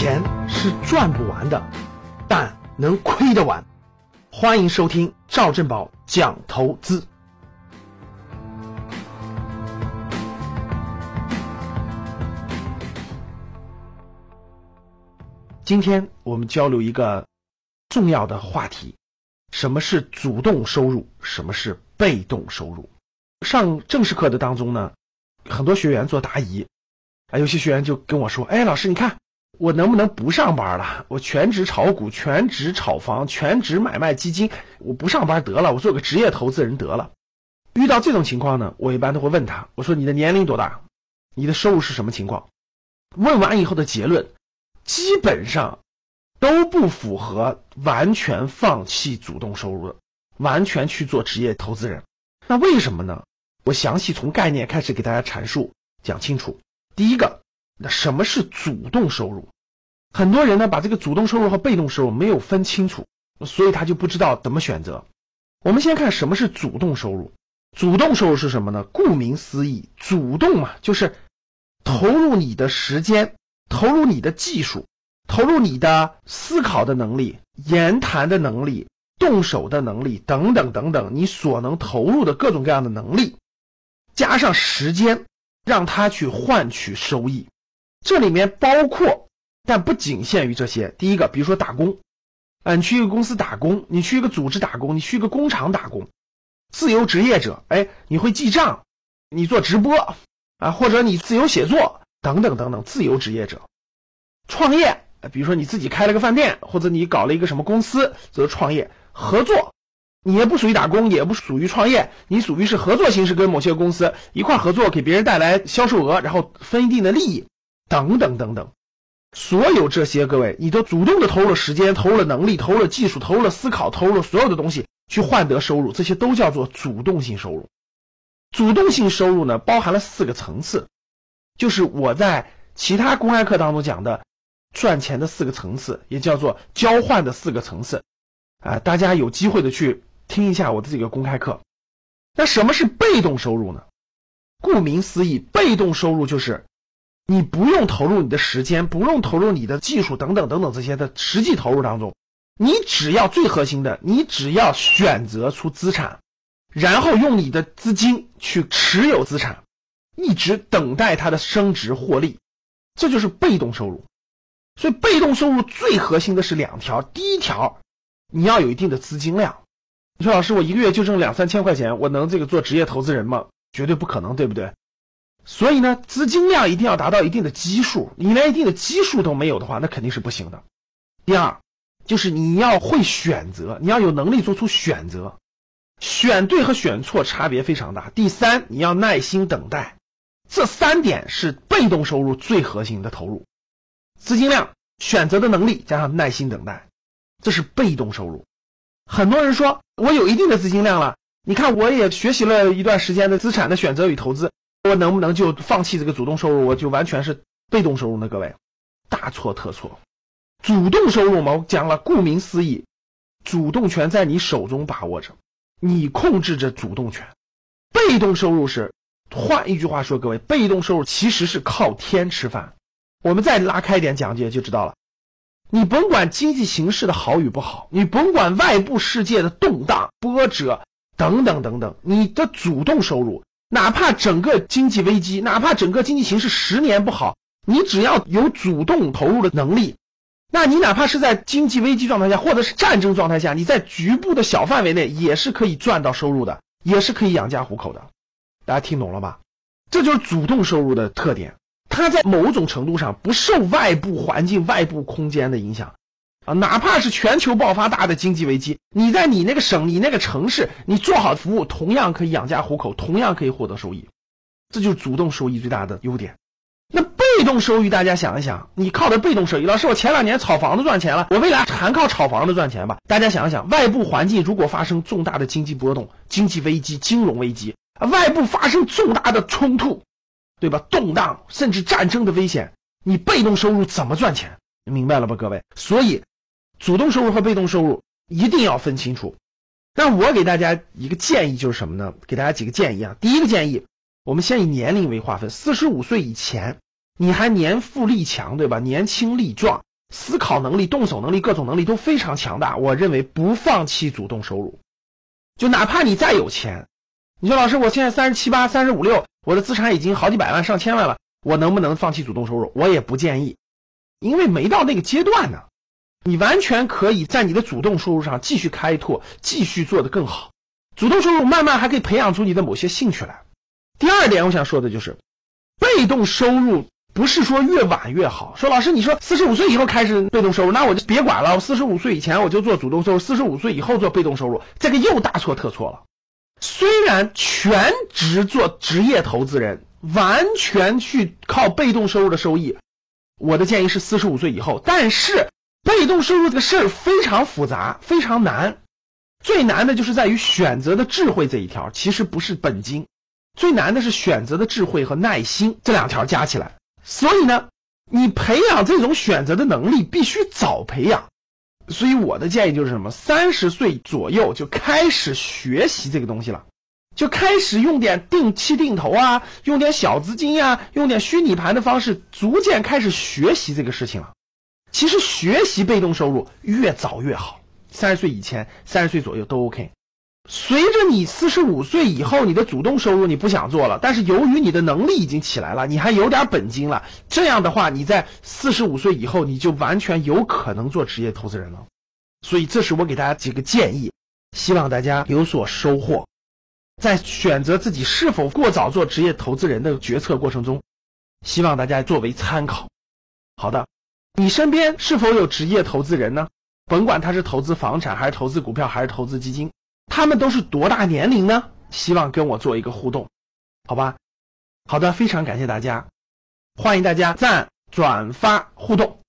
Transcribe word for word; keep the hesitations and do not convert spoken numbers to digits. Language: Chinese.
钱是赚不完的，但能亏得完。欢迎收听赵正宝讲投资。今天我们交流一个重要的话题，什么是主动收入，什么是被动收入。上正式课的当中呢，很多学员做答疑，啊，有些学员就跟我说，哎，老师你看我能不能不上班了，我全职炒股，全职炒房，全职买卖基金，我不上班得了，我做个职业投资人得了。遇到这种情况呢，我一般都会问他，我说你的年龄多大，你的收入是什么情况。问完以后的结论基本上都不符合完全放弃主动收入的，完全去做职业投资人。那为什么呢？我详细从概念开始给大家阐述讲清楚。第一个，那什么是主动收入？很多人呢把这个主动收入和被动收入没有分清楚，所以他就不知道怎么选择。我们先看什么是主动收入。主动收入是什么呢？顾名思义，主动嘛，就是投入你的时间，投入你的技术，投入你的思考的能力，言谈的能力，动手的能力等等等等，你所能投入的各种各样的能力，加上时间，让它去换取收益。这里面包括但不仅限于这些。第一个，比如说打工，啊，你去一个公司打工，你去一个组织打工，你去一个工厂打工。自由职业者，哎，你会记账，你做直播啊，或者你自由写作等等等等，自由职业者。创业，比如说你自己开了个饭店，或者你搞了一个什么公司，这是创业。合作，你也不属于打工，也不属于创业，你属于是合作形式，跟某些公司一块合作，给别人带来销售额，然后分一定的利益等等等等。所有这些，各位，你都主动的投入了时间，投入了能力，投入了技术，投入了思考，投入了所有的东西去换得收入，这些都叫做主动性收入。主动性收入呢，包含了四个层次，就是我在其他公开课当中讲的赚钱的四个层次，也叫做交换的四个层次啊，大家有机会的去听一下我的这个公开课。那什么是被动收入呢？顾名思义，被动收入就是你不用投入你的时间，不用投入你的技术等等等等这些的实际投入当中，你只要最核心的，你只要选择出资产，然后用你的资金去持有资产，一直等待它的升值获利，这就是被动收入。所以被动收入最核心的是两条。第一条，你要有一定的资金量。你说老师，我一个月就挣两三千块钱，我能这个做职业投资人吗？绝对不可能，对不对？所以呢，资金量一定要达到一定的基数，你连一定的基数都没有的话，那肯定是不行的。第二，就是你要会选择，你要有能力做出选择，选对和选错差别非常大。第三，你要耐心等待。这三点是被动收入最核心的投入。资金量、选择的能力加上耐心等待，这是被动收入。很多人说我有一定的资金量了，你看我也学习了一段时间的资产的选择与投资，我能不能就放弃这个主动收入，我就完全是被动收入呢？各位，大错特错。主动收入嘛，我讲了，顾名思义，主动权在你手中把握着，你控制着主动权。被动收入是，换一句话说，各位，被动收入其实是靠天吃饭。我们再拉开一点讲解就知道了，你甭管经济形势的好与不好，你甭管外部世界的动荡波折等等等等，你的主动收入，哪怕整个经济危机，哪怕整个经济形势十年不好，你只要有主动投入的能力，那你哪怕是在经济危机状态下，或者是战争状态下，你在局部的小范围内也是可以赚到收入的，也是可以养家糊口的。大家听懂了吧？这就是主动收入的特点，它在某种程度上不受外部环境、外部空间的影响啊，哪怕是全球爆发大的经济危机，你在你那个省、你那个城市，你做好服务，同样可以养家糊口，同样可以获得收益。这就是主动收益最大的优点。那被动收益，大家想一想，你靠的被动收益，老师我前两年炒房子赚钱了，我未来还靠炒房子赚钱吧？大家想一想，外部环境如果发生重大的经济波动、经济危机、金融危机，外部发生重大的冲突，对吧？动荡甚至战争的危险，你被动收入怎么赚钱？明白了吧，各位？所以主动收入和被动收入一定要分清楚。那我给大家一个建议就是什么呢？给大家几个建议啊。第一个建议，我们先以年龄为划分，四十五岁以前你还年富力强，对吧？年轻力壮， 思考能力、动手能力、各种能力都非常强大，我认为不放弃主动收入。就哪怕你再有钱，你说老师我现在三十七八、三十五六，我的资产已经好几百万、上千万了，我能不能放弃主动收入？我也不建议，因为没到那个阶段呢。你完全可以在你的主动收入上继续开拓，继续做得更好。主动收入慢慢还可以培养出你的某些兴趣来。第二点我想说的就是被动收入不是说越晚越好。说老师你说四十五岁以后开始被动收入，那我就别管了，我四十五岁以前我就做主动收入，四十五岁以后做被动收入，这个又大错特错了。虽然全职做职业投资人，完全去靠被动收入的收益，我的建议是四十五岁以后，但是被动收入这个事儿非常复杂，非常难。最难的就是在于选择的智慧这一条，其实不是本金，最难的是选择的智慧和耐心，这两条加起来。所以呢，你培养这种选择的能力必须早培养。所以我的建议就是什么？三十岁左右就开始学习这个东西了，就开始用点定期定投啊，用点小资金啊，用点虚拟盘的方式，逐渐开始学习这个事情了。其实学习被动收入越早越好，三十岁以前、三十岁左右都 OK。随着你四十五岁以后，你的主动收入你不想做了，但是由于你的能力已经起来了，你还有点本金了，这样的话你在四十五岁以后你就完全有可能做职业投资人了。所以这是我给大家几个建议，希望大家有所收获。在选择自己是否过早做职业投资人的决策过程中，希望大家作为参考。好的，你身边是否有职业投资人呢？甭管他是投资房产还是投资股票还是投资基金，他们都是多大年龄呢？希望跟我做一个互动，好吧？好的，非常感谢大家，欢迎大家赞、转发、互动。